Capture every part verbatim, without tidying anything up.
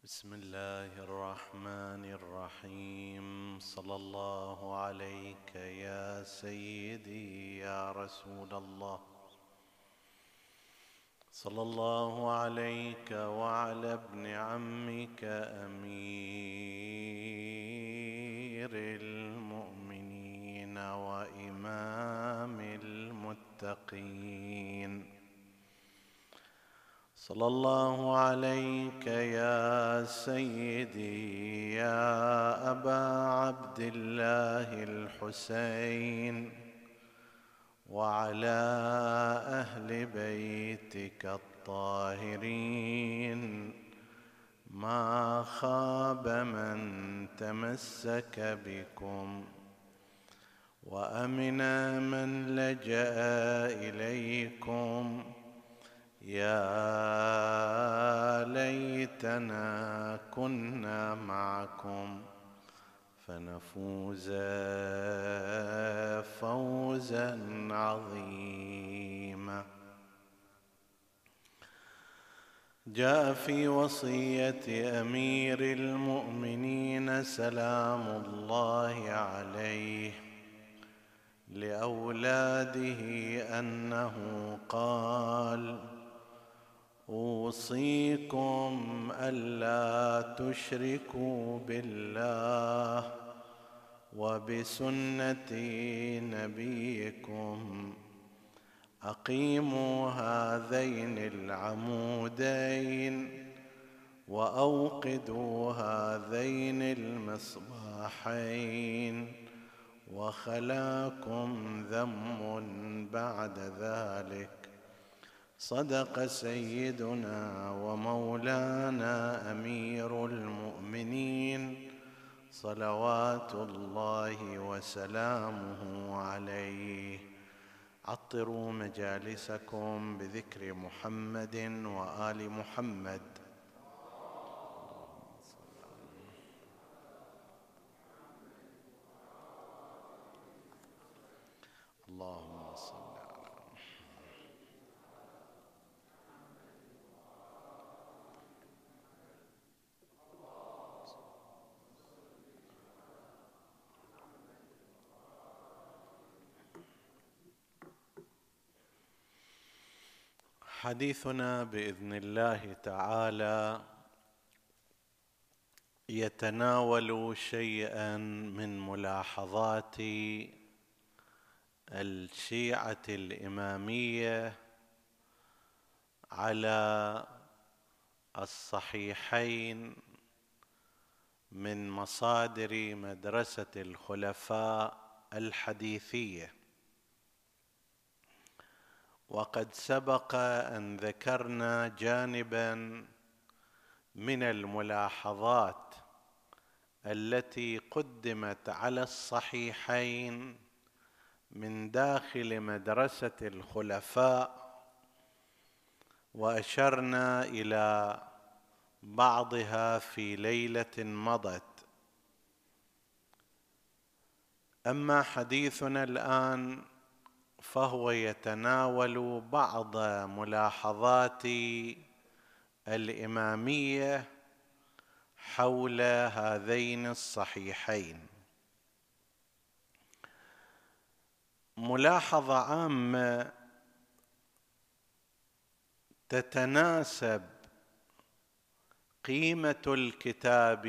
بسم الله الرحمن الرحيم. صلى الله عليك يا سيدي يا رسول الله. صلى الله عليك وعلى ابن عمك أمير المؤمنين وإمام المتقين. صلى الله عليك يا سيدي يا أبا عبد الله الحسين وعلى أهل بيتك الطاهرين. ما خاب من تمسك بكم وأمن من لجأ إليكم. يا ليتنا كنا معكم فنفوز فوزا عظيما. جاء في وصية أمير المؤمنين سلام الله عليه لأولاده أنه قال: أوصيكم ألا تشركوا بالله وبسنة نبيكم. أقيموا هذين العمودين وأوقدوا هذين المصباحين وخلاكم ذم بعد ذلك. صدق سيدنا ومولانا أمير المؤمنين صلوات الله وسلامه عليه. عطروا مجالسكم بذكر محمد وآل محمد. اللهم صل على حديثنا بإذن الله تعالى يتناول شيئا من ملاحظات الشيعة الإمامية على الصحيحين من مصادر مدرسة الخلفاء الحديثية. وقد سبق أن ذكرنا جانبا من الملاحظات التي قدمت على الصحيحين من داخل مدرسة الخلفاء، وأشرنا إلى بعضها في ليلة مضت. أما حديثنا الآن فهو يتناول بعض ملاحظات الإمامية حول هذين الصحيحين. ملاحظة عامة تتناسب قيمة الكتاب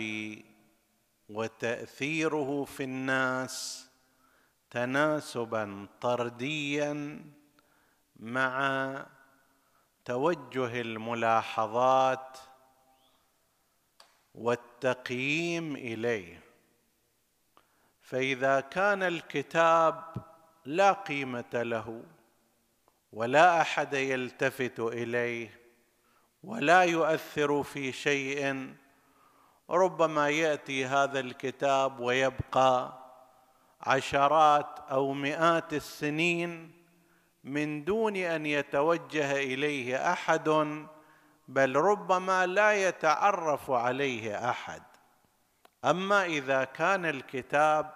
وتأثيره في الناس تناسبا طرديا مع توجه الملاحظات والتقييم إليه. فإذا كان الكتاب لا قيمة له ولا أحد يلتفت إليه ولا يؤثر في شيء، ربما يأتي هذا الكتاب ويبقى عشرات أو مئات السنين من دون أن يتوجه إليه أحد، بل ربما لا يتعرف عليه أحد. أما إذا كان الكتاب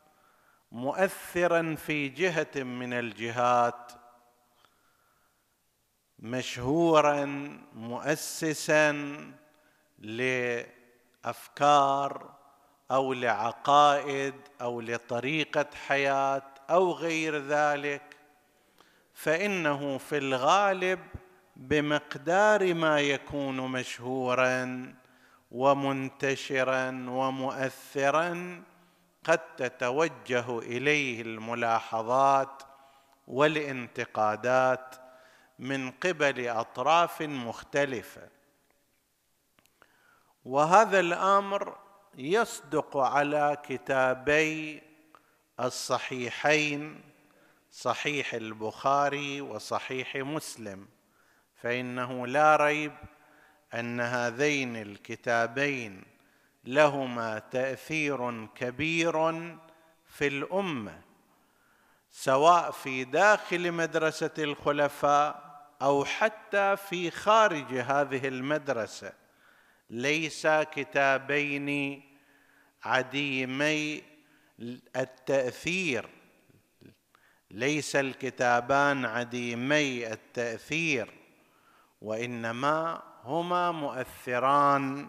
مؤثرا في جهة من الجهات، مشهورا مؤسسا لأفكار أو لعقائد أو لطريقة حياة أو غير ذلك، فإنه في الغالب بمقدار ما يكون مشهوراً ومنتشراً ومؤثراً قد تتوجه إليه الملاحظات والانتقادات من قبل أطراف مختلفة. وهذا الأمر يصدق على كتابي الصحيحين، صحيح البخاري وصحيح مسلم، فإنه لا ريب أن هذين الكتابين لهما تأثير كبير في الأمة، سواء في داخل مدرسة الخلفاء أو حتى في خارج هذه المدرسة. ليس كتابين عديمي التأثير، ليس الكتابان عديمي التأثير، وإنما هما مؤثران.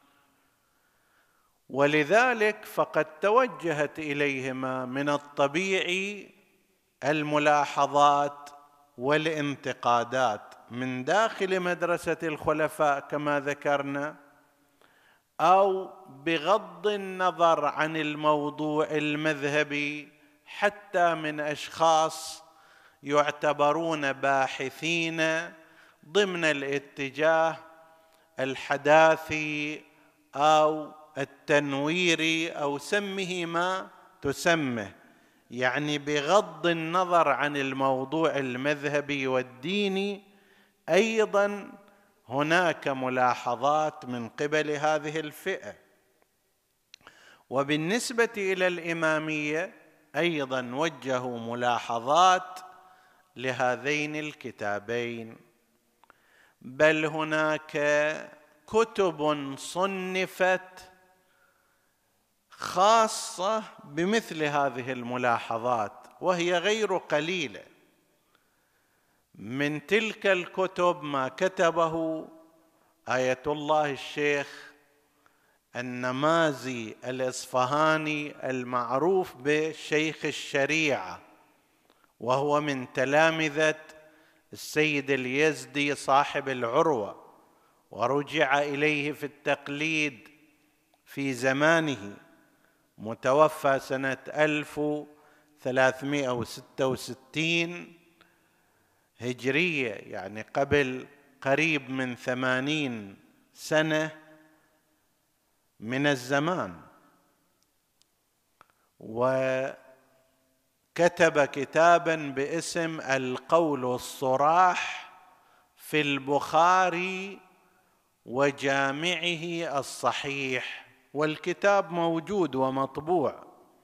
ولذلك فقد توجهت إليهما من الطبيعي الملاحظات والانتقادات من داخل مدرسة الخلفاء كما ذكرنا، أو بغض النظر عن الموضوع المذهبي حتى من أشخاص يعتبرون باحثين ضمن الاتجاه الحداثي أو التنويري أو سمه ما تسمه، يعني بغض النظر عن الموضوع المذهبي والديني أيضا هناك ملاحظات من قبل هذه الفئة. وبالنسبة إلى الإمامية أيضا وجهوا ملاحظات لهذين الكتابين، بل هناك كتب صنفت خاصة بمثل هذه الملاحظات وهي غير قليلة. من تلك الكتب ما كتبه آية الله الشيخ النمازي الإصفهاني المعروف بشيخ الشريعة، وهو من تلامذة السيد اليزدي صاحب العروة، ورجع إليه في التقليد في زمانه، متوفى سنة ألف وثلاثمائة وستة وستين هجرية، يعني قبل قريب من ثمانين سنة من الزمان. وكتب كتابا باسم القول الصراح في البخاري وجامعه الصحيح، والكتاب موجود ومطبوع،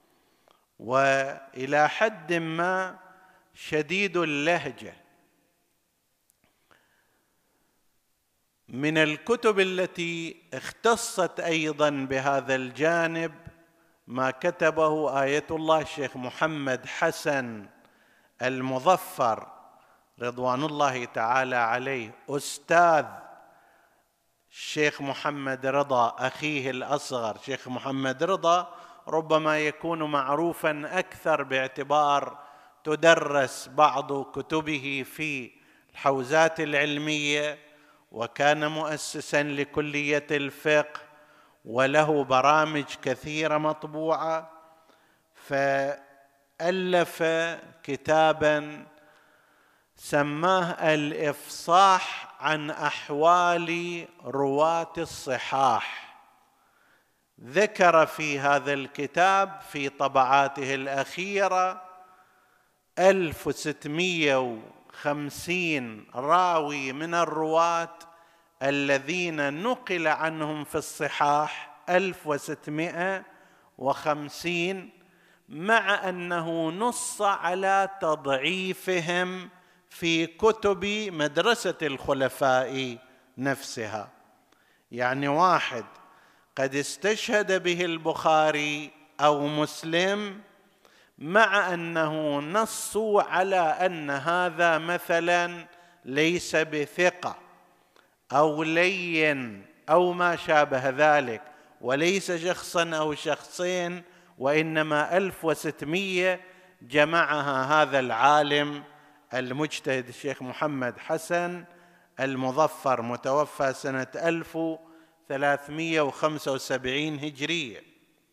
وإلى حد ما شديد اللهجة. من الكتب التي اختصت أيضا بهذا الجانب ما كتبه آية الله الشيخ محمد حسن المظفر رضوان الله تعالى عليه، أستاذ الشيخ محمد رضا أخيه الأصغر. شيخ محمد رضا ربما يكون معروفا أكثر باعتبار تدرس بعض كتبه في الحوزات العلمية، وكان مؤسسا لكلية الفقه وله برامج كثيرة مطبوعة، فألف كتابا سماه الإفصاح عن أحوال رواة الصحاح. ذكر في هذا الكتاب في طبعاته الأخيرة ألف وستمائة وخمسين راوي من الرواة الذين نقل عنهم في الصحاح ألف وستمائة وخمسين، مع أنه نص على تضعيفهم في كتب مدرسة الخلفاء نفسها. يعني واحد قد استشهد به البخاري أو مسلم، مع أنه نصوا على أن هذا مثلا ليس بثقة أو لين أو ما شابه ذلك، وليس شخصا أو شخصين، وإنما ألف وستمائة جمعها هذا العالم المجتهد الشيخ محمد حسن المظفر، متوفى سنة ألف وثلاثمائة وخمسة وسبعين هجرية.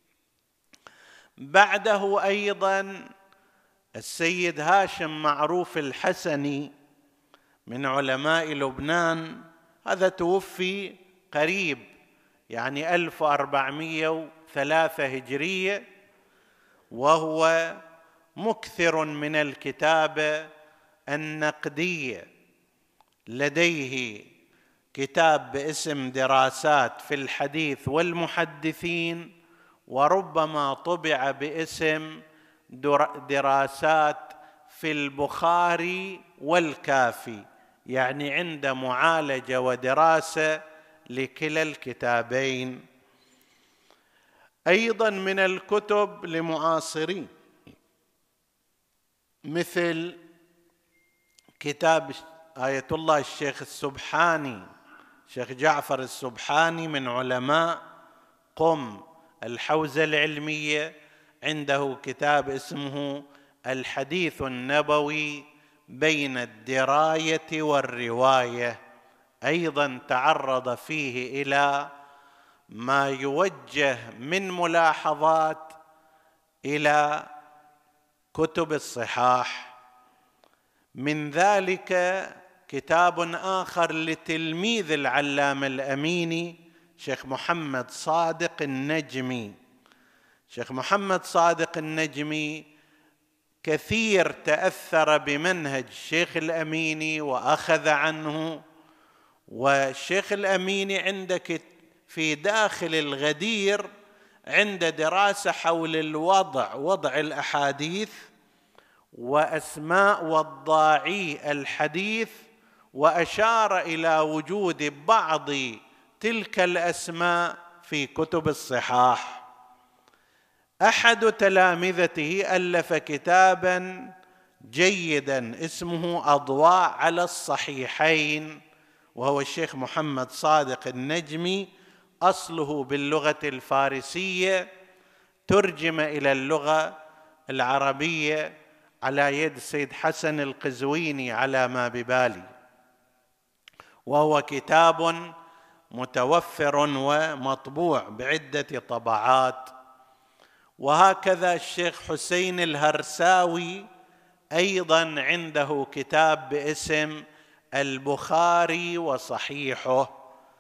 بعده أيضا السيد هاشم معروف الحسني من علماء لبنان، هذا توفي قريب يعني ألف وأربعمائة وثلاثة هجرية، وهو مكثر من الكتابة النقدية، لديه كتاب باسم دراسات في الحديث والمحدثين، وربما طبع باسم دراسات في البخاري والكافي، يعني عند معالجة ودراسة لكلا الكتابين. أيضا من الكتب لمعاصرين مثل كتاب آية الله الشيخ السبحاني، الشيخ جعفر السبحاني من علماء قم الحوزة العلمية، عنده كتاب اسمه الحديث النبوي بين الدراية والرواية، أيضا تعرض فيه إلى ما يوجه من ملاحظات إلى كتب الصحاح. من ذلك كتاب آخر لتلميذ العلامة الأميني شيخ محمد صادق النجمي. شيخ محمد صادق النجمي كثير تأثر بمنهج الشيخ الأميني وأخذ عنه، والشيخ الأميني عندك في داخل الغدير عند دراسة حول الوضع، وضع الأحاديث وأسماء وضاعي الحديث، وأشار إلى وجود بعض تلك الأسماء في كتب الصحاح. أحد تلامذته ألف كتابا جيدا اسمه أضواء على الصحيحين، وهو الشيخ محمد صادق النجمي، أصله باللغة الفارسية، ترجم إلى اللغة العربية على يد السيد حسن القزويني على ما ببالي، وهو كتاب متوفر ومطبوع بعدة طبعات. وهكذا الشيخ حسين الهرساوي أيضا عنده كتاب باسم البخاري وصحيحه.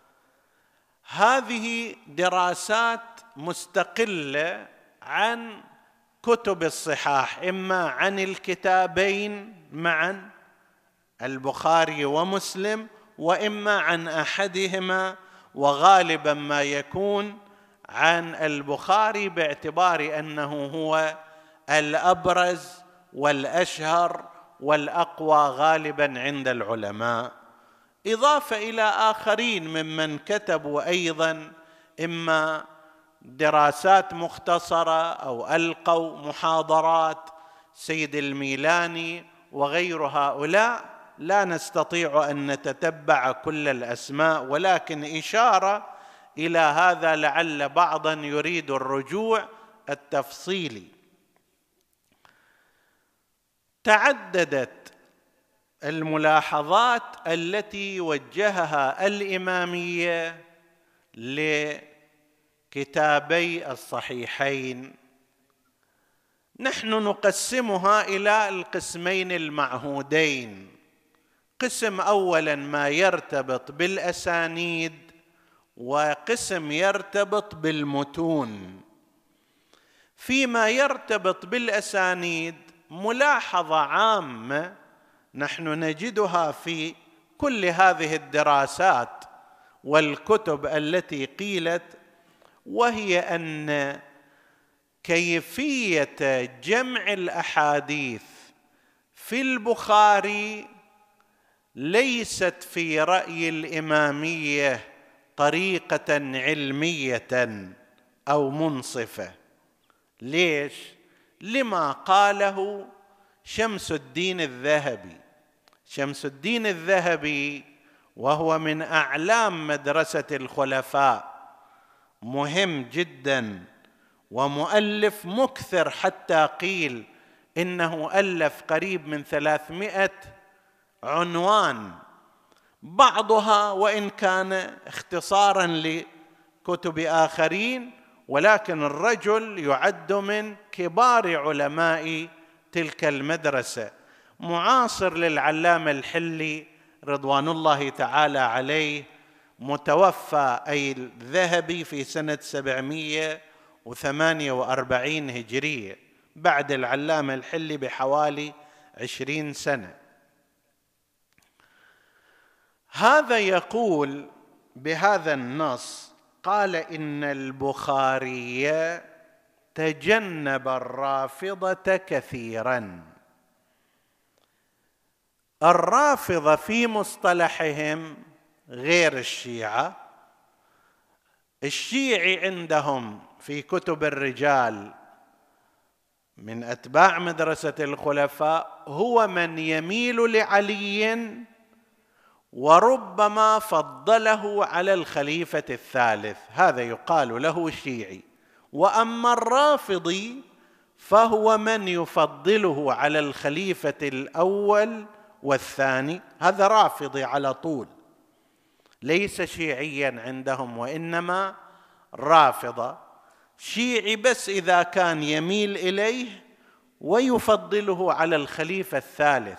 هذه دراسات مستقلة عن كتب الصحاح، إما عن الكتابين معا البخاري ومسلم، وإما عن أحدهما، وغالبا ما يكون عن البخاري باعتبار أنه هو الأبرز والأشهر والأقوى غالبا عند العلماء، إضافة إلى آخرين ممن كتبوا أيضا إما دراسات مختصرة أو ألقوا محاضرات، سيد الميلاني وغير هؤلاء. لا نستطيع أن نتتبع كل الأسماء، ولكن إشارة إلى هذا لعل بعضا يريد الرجوع التفصيلي. تعددت الملاحظات التي وجهها الإمامية لكتابي الصحيحين، نحن نقسمها إلى القسمين المعهودين. قسم أولا ما يرتبط بالأسانيد، وقسم يرتبط بالمتون. فيما يرتبط بالأسانيد ملاحظة عامة نحن نجدها في كل هذه الدراسات والكتب التي قيلت، وهي أن كيفية جمع الأحاديث في البخاري ليست في رأي الإمامية طريقة علمية أو منصفة. ليش؟ لما قاله شمس الدين الذهبي. شمس الدين الذهبي وهو من أعلام مدرسة الخلفاء، مهم جدا ومؤلف مكثر، حتى قيل إنه ألف قريب من ثلاثمائة عنوان، بعضها وإن كان اختصارا لكتب آخرين، ولكن الرجل يعد من كبار علماء تلك المدرسة، معاصر للعلامة الحلي رضوان الله تعالى عليه، متوفى أي الذهبي في سنة سبعمائة وثمانية وأربعين هجرية، بعد العلامة الحلي بحوالي عشرين سنة. هذا يقول بهذا النص، قال إن البخاري تجنب الرافضة كثيرا. الرافضة في مصطلحهم غير الشيعة. الشيعي عندهم في كتب الرجال من أتباع مدرسة الخلفاء هو من يميل لعلي وربما فضله على الخليفة الثالث، هذا يقال له شيعي. وأما الرافضي فهو من يفضله على الخليفة الأول والثاني، هذا رافضي على طول، ليس شيعيا عندهم، وإنما رافضة. شيعي بس إذا كان يميل إليه ويفضله على الخليفة الثالث.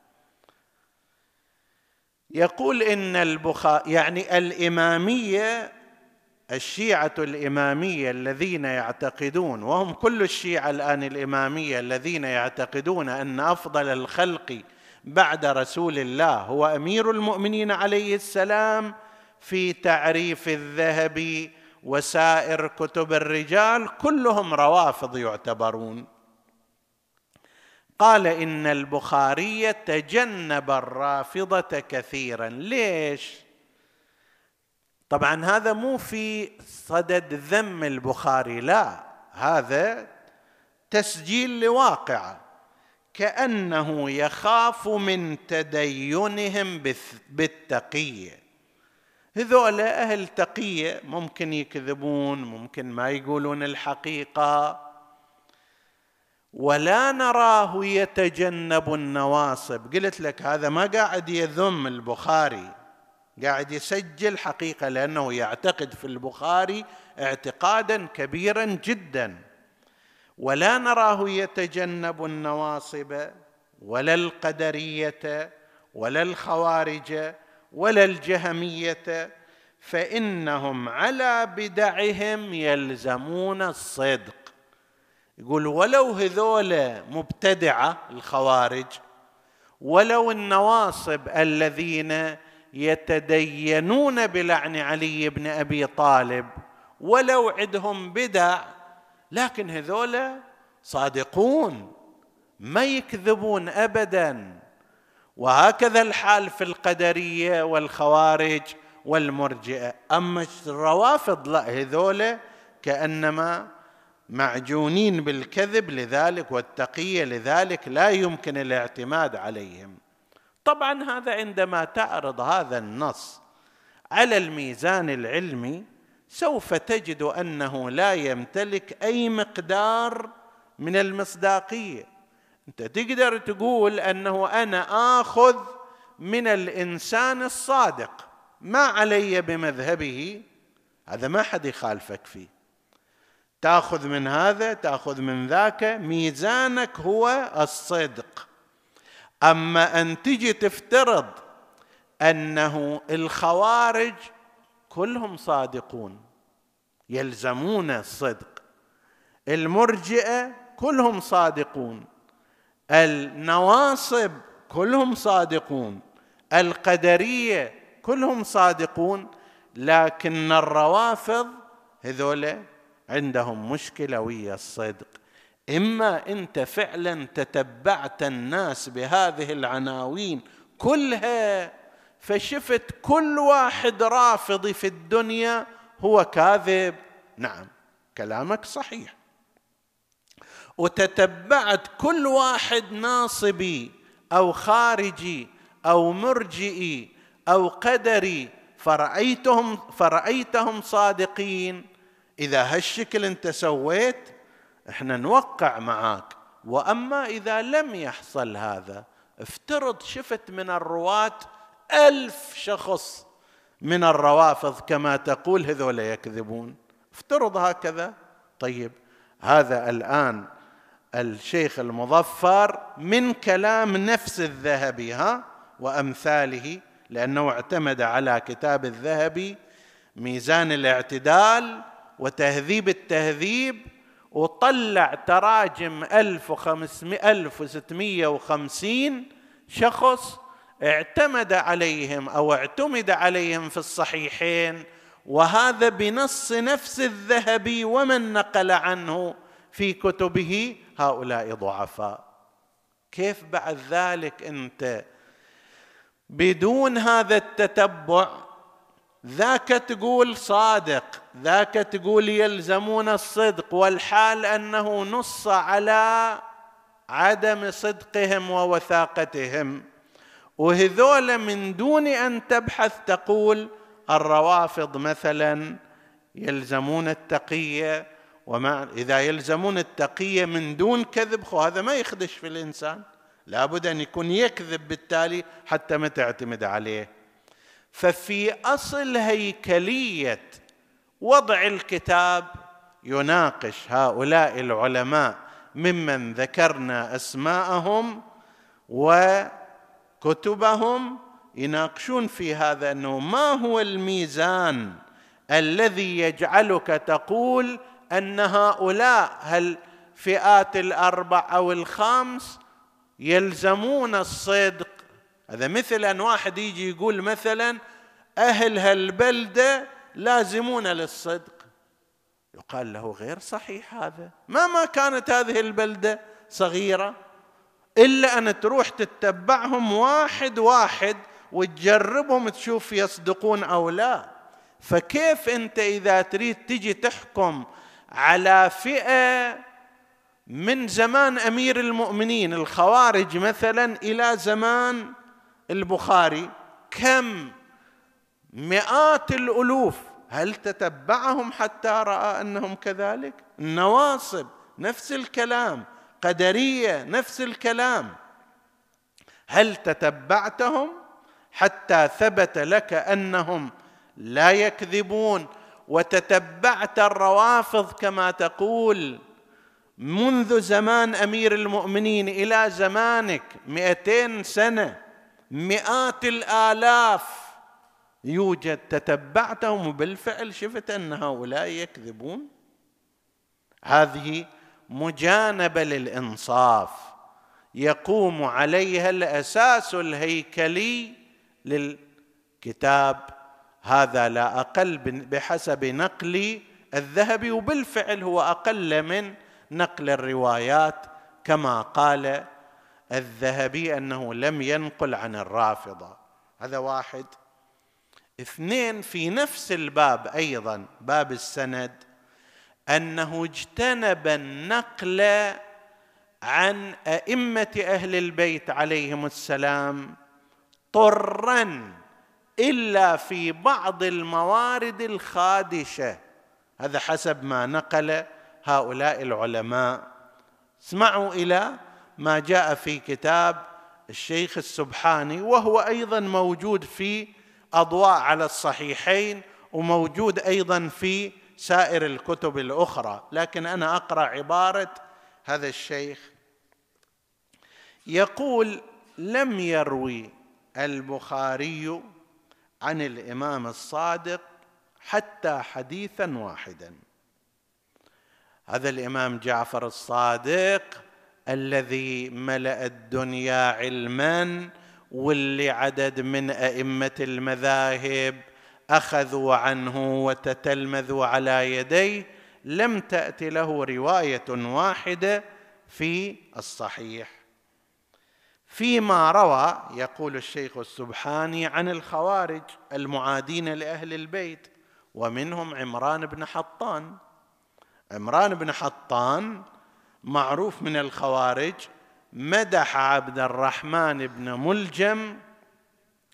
يقول إن البخاري يعني الإمامية، الشيعة الإمامية الذين يعتقدون، وهم كل الشيعة الآن الإمامية الذين يعتقدون أن أفضل الخلق بعد رسول الله هو أمير المؤمنين عليه السلام في تعريف الذهبي وسائر كتب الرجال، كلهم روافض يعتبرون. قال إن البخاري تجنب الرافضة كثيرا. ليش؟ طبعا هذا مو في صدد ذم البخاري، لا، هذا تسجيل لواقع، كأنه يخاف من تدينهم بالتقية. هذول أهل تقية، ممكن يكذبون، ممكن ما يقولون الحقيقة، ولا نراه يتجنب النواصب. قلت لك هذا ما قاعد يذم البخاري، قاعد يسجل حقيقة، لأنه يعتقد في البخاري اعتقادا كبيرا جدا. ولا نراه يتجنب النواصب ولا القدرية ولا الخوارج ولا الجهمية، فإنهم على بدعهم يلزمون الصدق. يقول ولو هذول مبتدعة الخوارج، ولو النواصب الذين يتدينون بلعن علي بن أبي طالب، ولو عندهم بدع، لكن هذول صادقون ما يكذبون أبدا. وهكذا الحال في القدرية والخوارج والمرجئة. أما الروافض لا، هذول كأنما معجونين بالكذب، لذلك والتقية، لذلك لا يمكن الاعتماد عليهم. طبعا هذا عندما تعرض هذا النص على الميزان العلمي سوف تجد أنه لا يمتلك أي مقدار من المصداقية. أنت تقدر تقول أنه أنا آخذ من الإنسان الصادق ما علي بمذهبه، هذا ما حد يخالفك فيه، تأخذ من هذا تأخذ من ذاك، ميزانك هو الصدق. أما أن تجي تفترض أنه الخوارج كلهم صادقون يلزمون الصدق، المرجئة كلهم صادقون، النواصب كلهم صادقون، القدرية كلهم صادقون، لكن الروافض هذول عندهم مشكلة ويا الصدق. إما أنت فعلا تتبعت الناس بهذه العناوين كلها فشفت كل واحد رافضي في الدنيا هو كاذب، نعم كلامك صحيح، وتتبعت كل واحد ناصبي أو خارجي أو مرجئي أو قدري فرأيتهم, فرأيتهم صادقين، إذا هالشكل أنت سويت إحنا نوقع معاك. وأما إذا لم يحصل هذا، افترض شفت من الرواة ألف شخص من الروافض كما تقول هذول يكذبون، افترض هكذا. طيب هذا الآن الشيخ المظفر من كلام نفس الذهبي ها وأمثاله، لأنه اعتمد على كتاب الذهبي ميزان الاعتدال وتهذيب التهذيب، وطلع تراجم ألف وستمائة وخمسين شخص اعتمد عليهم أو اعتمد عليهم في الصحيحين، وهذا بنص نفس الذهبي ومن نقل عنه في كتبه هؤلاء ضعفاء. كيف بعد ذلك أنت بدون هذا التتبع ذاك تقول صادق، ذاك تقول يلزمون الصدق، والحال أنه نص على عدم صدقهم ووثاقتهم، وهذول من دون أن تبحث تقول الروافض مثلا يلزمون التقية، وما إذا يلزمون التقية من دون كذب، خو هذا ما يخدش في الإنسان، لابد أن يكون يكذب بالتالي حتى ما تعتمد عليه. ففي أصل هيكلية وضع الكتاب يناقش هؤلاء العلماء ممن ذكرنا أسماءهم وكتبهم، يناقشون في هذا أنه ما هو الميزان الذي يجعلك تقول أن هؤلاء الفئات الأربع أو الخمس يلزمون الصدق. هذا مثل أن واحد يجي يقول مثلا أهل هالبلدة لازمون للصدق، يقال له غير صحيح، هذا ما ما كانت هذه البلدة صغيرة إلا أن تروح تتبعهم واحد واحد وتجربهم تشوف يصدقون أو لا. فكيف أنت إذا تريد تجي تحكم على فئة من زمان أمير المؤمنين الخوارج مثلا إلى زمان البخاري كم مئات الألوف، هل تتبعهم حتى رأى أنهم كذلك؟ النواصب نفس الكلام، قدرية نفس الكلام، هل تتبعتهم حتى ثبت لك أنهم لا يكذبون؟ وتتبعت الروافض كما تقول منذ زمان أمير المؤمنين إلى زمانك مئتين سنة، مئات الآلاف يوجد، تتبعتهم وبالفعل شفت أن هؤلاء يكذبون. هذه مجانبة للإنصاف يقوم عليها الأساس الهيكلي للكتاب هذا، لا أقل بحسب نقل الذهبي، وبالفعل هو أقل من نقل الروايات كما قال الذهبي أنه لم ينقل عن الرافضة. هذا واحد. اثنين، في نفس الباب أيضا باب السند أنه اجتنب النقل عن أئمة أهل البيت عليهم السلام طرا إلا في بعض الموارد الخادشة، هذا حسب ما نقل هؤلاء العلماء. اسمعوا إلى ما جاء في كتاب الشيخ السبحاني، وهو أيضا موجود في أضواء على الصحيحين وموجود أيضا في سائر الكتب الأخرى، لكن أنا أقرأ عبارة هذا الشيخ. يقول: لم يروي البخاري عن الإمام الصادق حتى حديثا واحدا. هذا الإمام جعفر الصادق الذي ملأ الدنيا علما، واللي عدد من أئمة المذاهب أخذوا عنه وتتلمذوا على يديه، لم تأتي له رواية واحدة في الصحيح. فيما روى، يقول الشيخ السبحاني، عن الخوارج المعادين لأهل البيت، ومنهم عمران بن حطان. عمران بن حطان معروف من الخوارج، مدح عبد الرحمن بن ملجم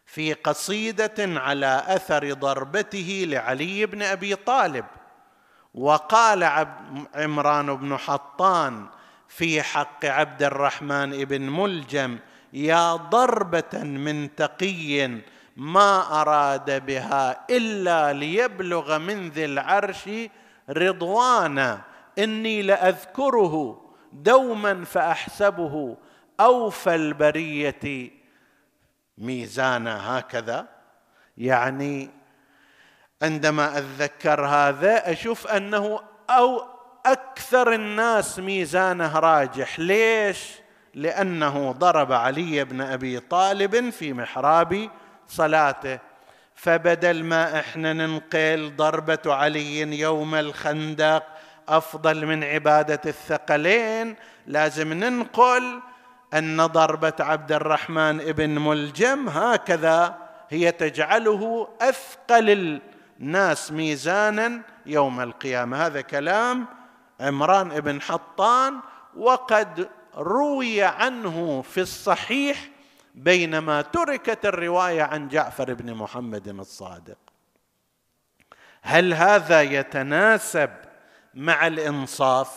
في قصيدة على أثر ضربته لعلي بن أبي طالب. وقال عمران بن حطان في حق عبد الرحمن بن ملجم: يا ضربة من تقي ما أراد بها إلا ليبلغ من ذي العرش رضوانا، إني لأذكره دوما فأحسبه أوفى البرية ميزانا. هكذا يعني عندما أتذكر هذا أشوف أنه أو أكثر الناس ميزانه راجح. ليش؟ لأنه ضرب علي بن أبي طالب في محراب صلاته. فبدل ما إحنا ننقل ضربة علي يوم الخندق أفضل من عبادة الثقلين، لازم ننقل أن ضربة عبد الرحمن بن ملجم هكذا هي تجعله أثقل الناس ميزانا يوم القيامة. هذا كلام عمران بن حطان، وقد روي عنه في الصحيح بينما تركت الرواية عن جعفر بن محمد الصادق. هل هذا يتناسب مع الإنصاف؟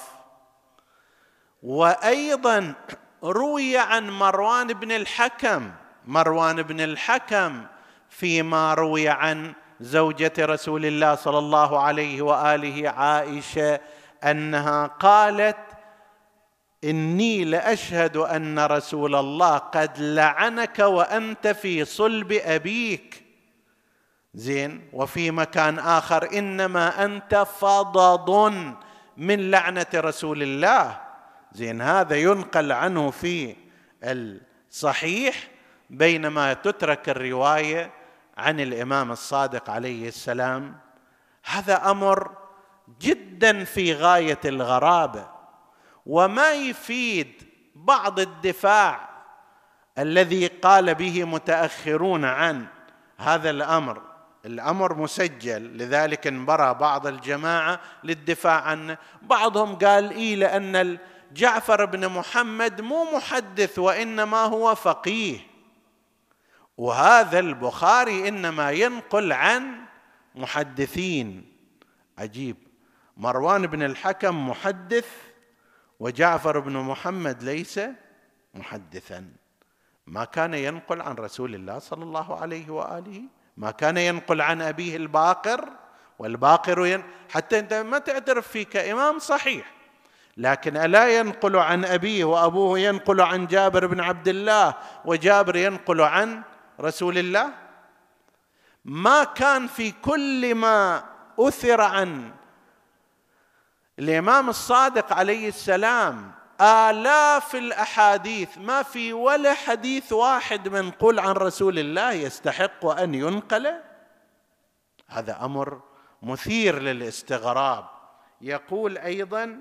وأيضا روي عن مروان بن الحكم مروان بن الحكم فيما روي عن زوجة رسول الله صلى الله عليه وآله عائشة أنها قالت: إني لأشهد أن رسول الله قد لعنك وأنت في صلب أبيك. زين. وفي مكان آخر: إنما أنت فضض من لعنة رسول الله. زين. هذا ينقل عنه في الصحيح بينما تترك الرواية عن الإمام الصادق عليه السلام. هذا أمر جدا في غاية الغرابة، وما يفيد بعض الدفاع الذي قال به متأخرون عن هذا الأمر. الأمر مسجل، لذلك انبرى بعض الجماعة للدفاع عنه. بعضهم قال إيه لأن جعفر بن محمد مو محدث وإنما هو فقيه، وهذا البخاري إنما ينقل عن محدثين. عجيب، مروان بن الحكم محدث وجعفر بن محمد ليس محدثا. ما كان ينقل عن رسول الله صلى الله عليه وآله، ما كان ينقل عن أبيه الباقر، والباقر ين... حتى أنت ما تعترف فيه كإمام صحيح، لكن ألا ينقل عن أبيه وأبوه ينقل عن جابر بن عبد الله وجابر ينقل عن رسول الله. ما كان في كل ما أثر عن الإمام الصادق عليه السلام آلاف الأحاديث، ما في ولا حديث واحد منقول عن رسول الله يستحق أن ينقل. هذا أمر مثير للاستغراب. يقول أيضا: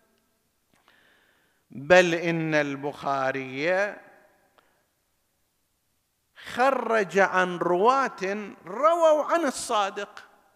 بل إن البخاري خرج عن رواة رووا عن الصادق.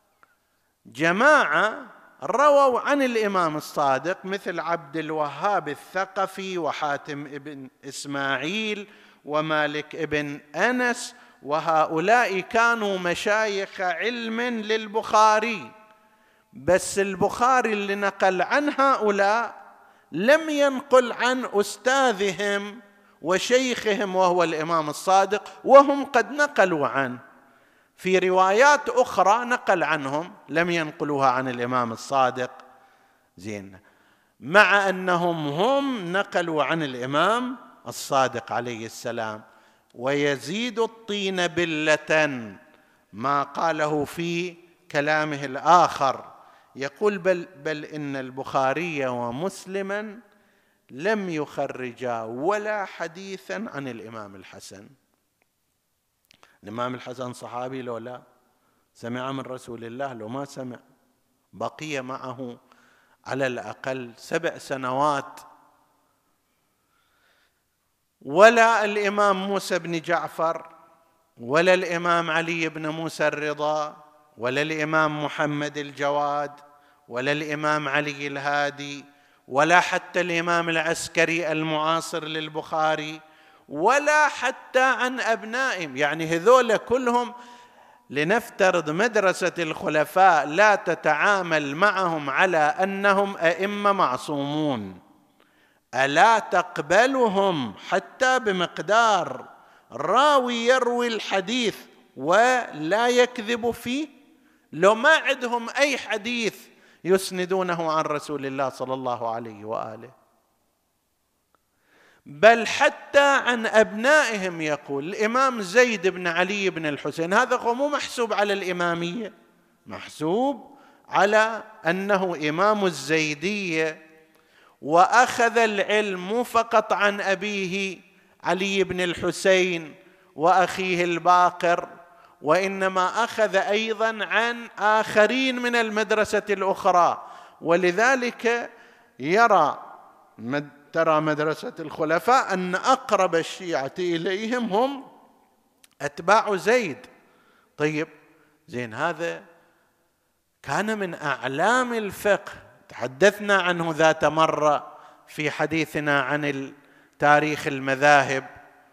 جماعة رووا عن الإمام الصادق مثل عبد الوهاب الثقفي وحاتم ابن إسماعيل ومالك ابن أنس، وهؤلاء كانوا مشايخ علم للبخاري. بس البخاري اللي نقل عن هؤلاء لم ينقل عن أستاذهم وشيخهم وهو الإمام الصادق، وهم قد نقلوا عنه في روايات أخرى، نقل عنهم لم ينقلوها عن الإمام الصادق. زين. مع أنهم هم نقلوا عن الإمام الصادق عليه السلام. ويزيد الطين بلة ما قاله في كلامه الآخر. يقول: بل, بل إن البخاري ومسلما لم يخرجا ولا حديثا عن الإمام الحسن. الإمام الحسن صحابي لو لا؟ سمع من رسول الله لو ما سمع؟ بقي معه على الأقل سبع سنوات. ولا الإمام موسى بن جعفر، ولا الإمام علي بن موسى الرضا، ولا الإمام محمد الجواد، ولا الإمام علي الهادي، ولا حتى الإمام العسكري المعاصر للبخاري، ولا حتى عن أبنائهم. يعني هذول كلهم، لنفترض مدرسة الخلفاء لا تتعامل معهم على أنهم أئمة معصومون، ألا تقبلهم حتى بمقدار راوي يروي الحديث ولا يكذب فيه؟ لو ما عندهم أي حديث يسندونه عن رسول الله صلى الله عليه وآله، بل حتى عن أبنائهم. يقول الإمام زيد بن علي بن الحسين، هذا هو مو محسوب على الإمامية، محسوب على أنه إمام الزيدية، وأخذ العلم مو فقط عن أبيه علي بن الحسين وأخيه الباقر، وإنما أخذ أيضا عن آخرين من المدرسة الأخرى. ولذلك يرى ترى مدرسة الخلفاء أن أقرب الشيعة إليهم هم أتباع زيد. طيب زين، هذا كان من أعلام الفقه، تحدثنا عنه ذات مرة في حديثنا عن تاريخ المذاهب،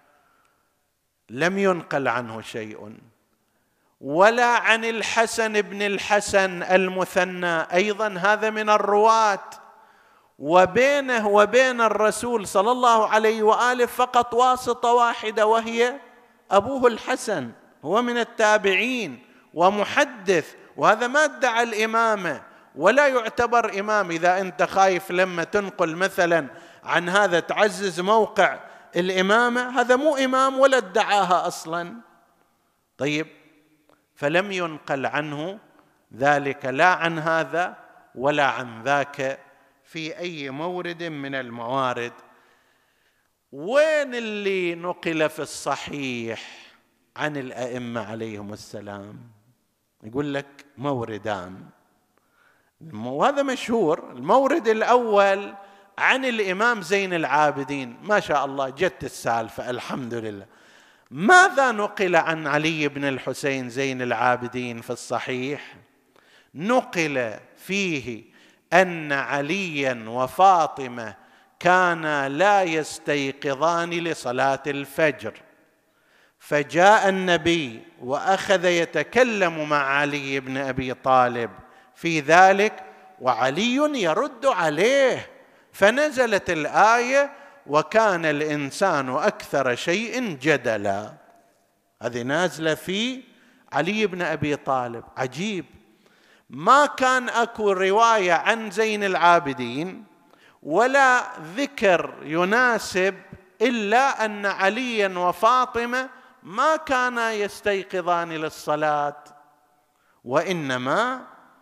لم ينقل عنه شيء. ولا عن الحسن بن الحسن المثنى، أيضا هذا من الرواة، وبينه وبين الرسول صلى الله عليه وآله فقط واسطة واحدة، وهي أبوه الحسن، هو من التابعين ومحدث، وهذا ما ادعى الإمامة ولا يعتبر إمام. إذا أنت خايف لما تنقل مثلا عن هذا تعزز موقع الإمامة، هذا مو إمام ولا ادعاها أصلا. طيب، فلم ينقل عنه ذلك لا عن هذا ولا عن ذاك في أي مورد من الموارد. وين اللي نقل في الصحيح عن الأئمة عليهم السلام؟ يقول لك موردان، وهذا مشهور. المورد الأول عن الإمام زين العابدين، ما شاء الله جت السالفة الحمد لله. ماذا نقل عن علي بن الحسين زين العابدين في الصحيح؟ نقل فيه أن عليا وفاطمة كانا لا يستيقظان لصلاة الفجر، فجاء النبي وأخذ يتكلم مع علي بن أبي طالب في ذلك، وعلي يرد عليه، فنزلت الآية: وكان الإنسان أكثر شيء جدلا. هذه نازلة في علي بن أبي طالب. عجيب، ما كان أكو رواية عن زين العابدين ولا ذكر يناسب إلا أن عليا وفاطمة ما كانا يستيقظان للصلاة، وإنما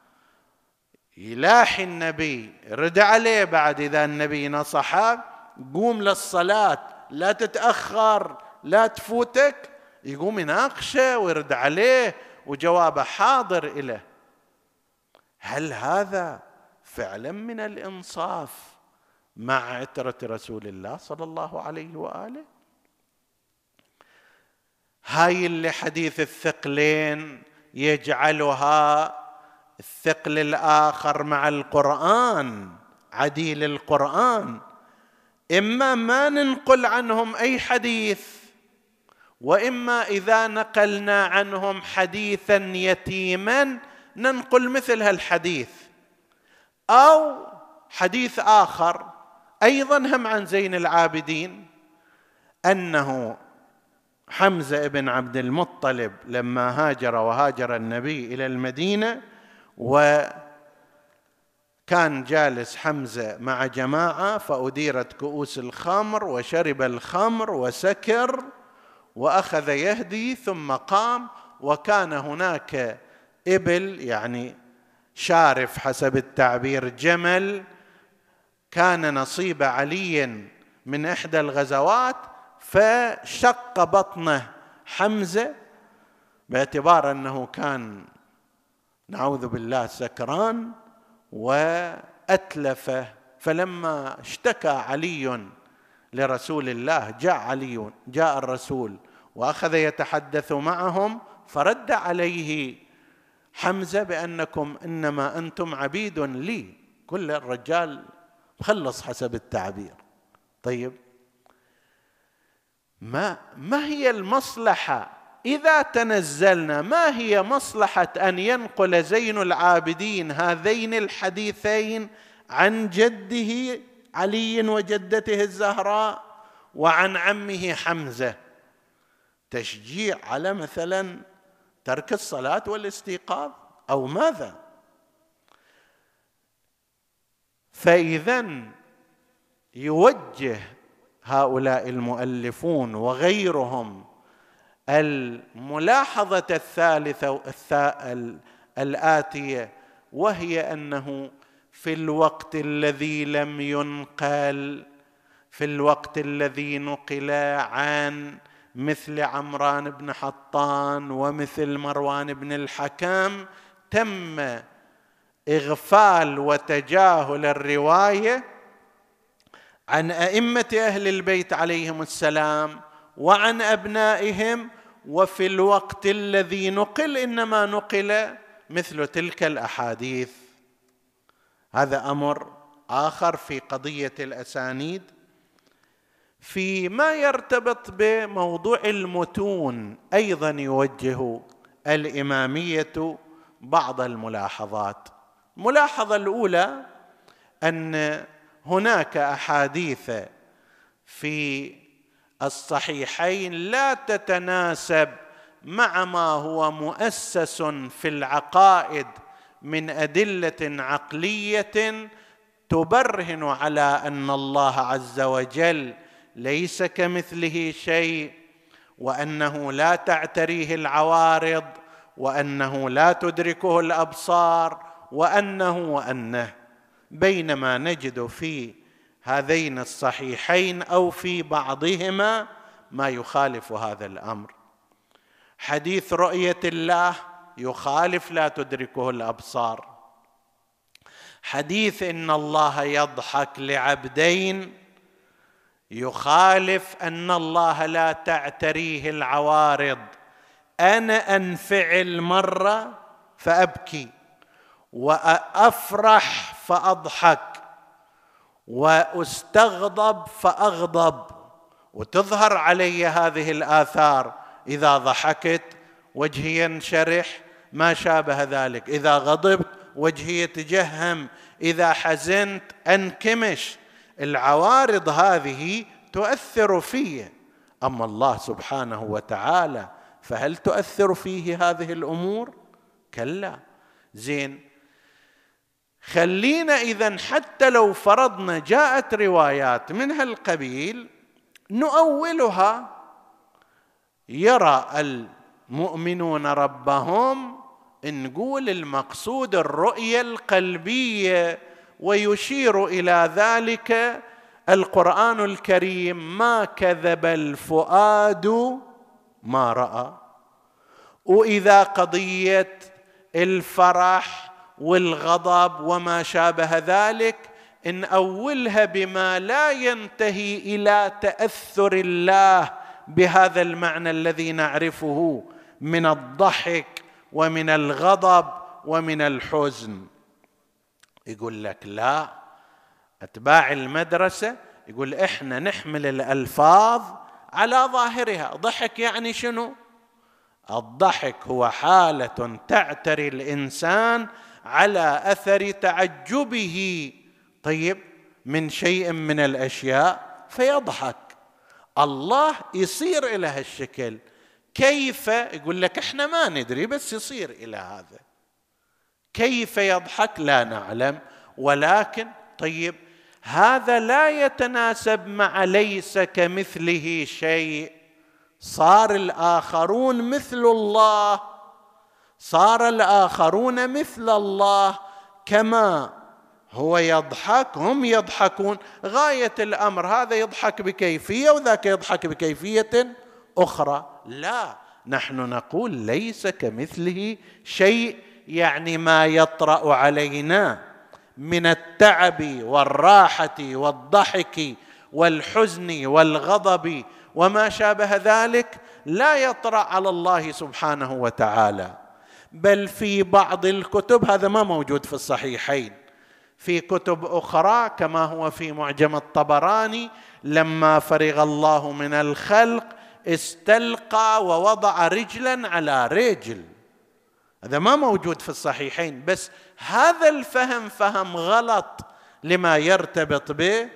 يلاحي النبي، رد عليه بعد إذا النبي نصحه: قوم للصلاة، لا تتأخر، لا تفوتك. يقوم يناقشه ويرد عليه وجوابه حاضر إليه. هل هذا فعلا من الإنصاف مع عترة رسول الله صلى الله عليه وآله؟ هاي اللي حديث الثقلين يجعلها الثقل الآخر مع القرآن عديل القرآن. إما ما ننقل عنهم أي حديث، وإما إذا نقلنا عنهم حديثا يتيما ننقل مثل هالحديث، أو حديث آخر أيضا هم عن زين العابدين، أنه حمزة بن عبد المطلب لما هاجر وهاجر النبي إلى المدينة، وكان جالس حمزة مع جماعة، فأديرت كؤوس الخمر وشرب الخمر وسكر وأخذ يهدي، ثم قام، وكان هناك إبل، يعني شارف حسب التعبير، جمل، كان نصيب علي من إحدى الغزوات، فشق بطنه حمزة باعتبار أنه كان نعوذ بالله سكران وأتلفه. فلما اشتكى علي لرسول الله جاء علي جاء الرسول وأخذ يتحدث معهم، فرد عليه حمزة بأنكم إنما أنتم عبيد لي، كل الرجال مخلص حسب التعبير. طيب، ما ما هي المصلحة إذا تنزلنا؟ ما هي مصلحة أن ينقل زين العابدين هذين الحديثين عن جده علي وجدته الزهراء وعن عمه حمزة؟ تشجيع على مثلا ترك الصلاة والاستيقاظ أو ماذا؟ فإذن يوجه هؤلاء المؤلفون وغيرهم الملاحظة الثالثة الآتية، وهي أنه في الوقت الذي لم ينقل، في الوقت الذي نقل عن مثل عمران بن حطان ومثل مروان بن الحكم، تم إغفال وتجاهل الرواية عن أئمة أهل البيت عليهم السلام وعن أبنائهم. وفي الوقت الذي نقل إنما نقل مثل تلك الأحاديث. هذا أمر آخر في قضية الأسانيد. فيما يرتبط بموضوع المتون أيضا يوجه الإمامية بعض الملاحظات. الملاحظة الأولى أن هناك أحاديث في الصحيحين لا تتناسب مع ما هو مؤسس في العقائد من أدلة عقلية تبرهن على أن الله عز وجل ليس كمثله شيء، وأنه لا تعتريه العوارض، وأنه لا تدركه الأبصار، وأنه وأنه بينما نجد في هذين الصحيحين أو في بعضهما ما يخالف هذا الأمر. حديث رؤية الله يخالف لا تدركه الأبصار. حديث إن الله يضحك لعبدين يخالف أن الله لا تعتريه العوارض. أنا أنفعل مرة فأبكي، وأفرح فأضحك، وأستغضب فأغضب، وتظهر علي هذه الآثار. إذا ضحكت وجهي ينشرح ما شابه ذلك، إذا غضبت وجهي يتجهم، إذا حزنت أنكمش. العوارض هذه تؤثر فيه. أما الله سبحانه وتعالى فهل تؤثر فيه هذه الأمور؟ كلا. زين، خلينا إذن حتى لو فرضنا جاءت روايات من هالقبيل نؤولها. يرى المؤمنون ربهم، نقول المقصود الرؤية القلبية، ويشير إلى ذلك القرآن الكريم: ما كذب الفؤاد ما رأى. وإذا قضية الفرح والغضب وما شابه ذلك نأولها بما لا ينتهي إلى تأثر الله بهذا المعنى الذي نعرفه من الضحك ومن الغضب ومن الحزن. يقول لك لا، أتباع المدرسة يقول إحنا نحمل الألفاظ على ظاهرها. ضحك يعني شنو؟ الضحك هو حالة تعتري الإنسان على أثر تعجبه طيب من شيء من الأشياء فيضحك. الله يصير إلى هالشكل. كيف؟ يقول لك إحنا ما ندري، بس يصير إلى هذا. كيف يضحك لا نعلم، ولكن طيب هذا لا يتناسب مع ليس كمثله شيء. صار الآخرون مثل الله، صار الآخرون مثل الله، كما هو يضحك هم يضحكون. غاية الأمر هذا يضحك بكيفية وذاك يضحك بكيفية أخرى. لا، نحن نقول ليس كمثله شيء، يعني ما يطرأ علينا من التعب والراحة والضحك والحزن والغضب وما شابه ذلك لا يطرأ على الله سبحانه وتعالى. بل في بعض الكتب، هذا ما موجود في الصحيحين، في كتب أخرى كما هو في معجم الطبراني، لما فرغ الله من الخلق استلقى ووضع رجلا على رجل. هذا ما موجود في الصحيحين، بس هذا الفهم فهم غلط لما يرتبط به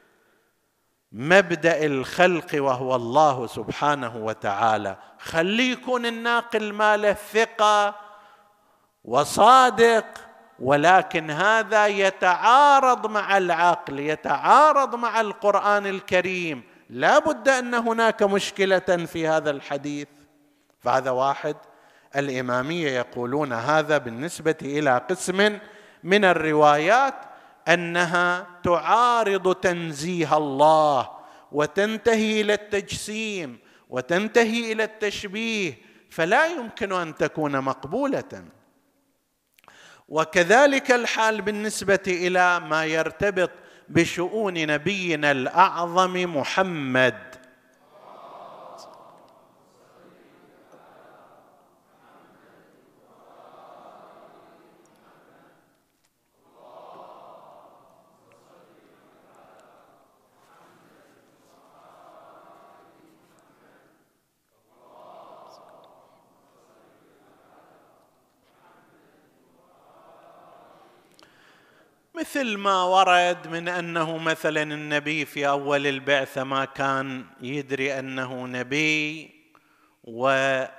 مبدأ الخلق وهو الله سبحانه وتعالى. خلي يكون الناقل ماله ثقة وصادق، ولكن هذا يتعارض مع العقل، يتعارض مع القرآن الكريم، لا بد أن هناك مشكلة في هذا الحديث. فهذا واحد. الإمامية يقولون هذا بالنسبة إلى قسم من الروايات أنها تعارض تنزيه الله وتنتهي إلى التجسيم وتنتهي إلى التشبيه، فلا يمكن أن تكون مقبولة. وكذلك الحال بالنسبة إلى ما يرتبط بشؤون نبينا الأعظم محمد. مثل ما ورد من أنه مثلا النبي في أول البعثة ما كان يدري أنه نبي، وتبين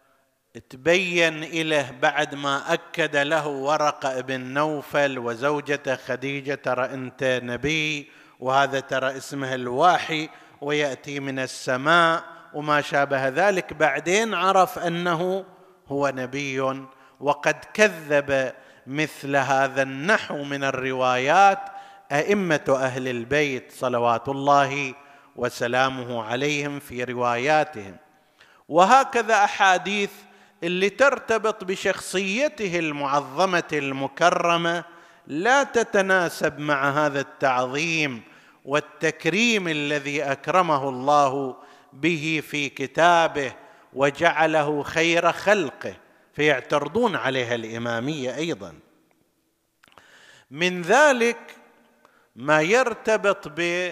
إليه بعد ما أكد له ورقة بن نوفل وزوجته خديجة ترى أنت نبي، وهذا ترى اسمه الوحي ويأتي من السماء وما شابه ذلك. بعدين عرف أنه هو نبي، وقد كذب مثل هذا النحو من الروايات أئمة أهل البيت صلوات الله وسلامه عليهم في رواياتهم. وهكذا أحاديث اللي ترتبط بشخصيته المعظمة المكرمة لا تتناسب مع هذا التعظيم والتكريم الذي أكرمه الله به في كتابه وجعله خير خلقه، فيعترضون عليها الإمامية أيضا. من ذلك ما يرتبط